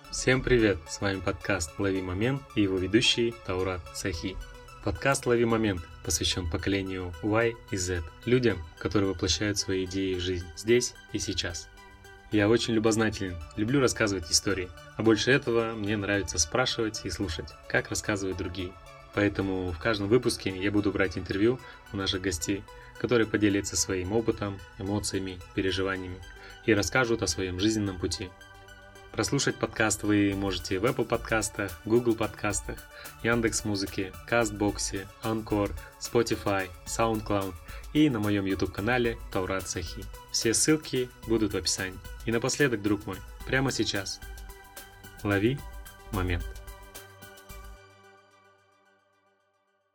Всем привет! С вами подкаст «Лови момент» и его ведущий Таурат Сахи. Подкаст «Лови момент» посвящен поколению Y и Z, людям, которые воплощают свои идеи в жизнь здесь и сейчас. Я очень любознателен, люблю рассказывать истории, а больше этого мне нравится спрашивать и слушать, как рассказывают другие. Поэтому в каждом выпуске я буду брать интервью у наших гостей, которые поделятся своим опытом, эмоциями, переживаниями и расскажут о своем жизненном пути. Прослушать подкаст вы можете в Apple подкастах, Google подкастах, Яндекс.Музыке, Кастбоксе, Анкор, Spotify, SoundCloud и на моем YouTube-канале Таурат Сахи. Все ссылки будут в описании. И напоследок, друг мой, прямо сейчас лови момент.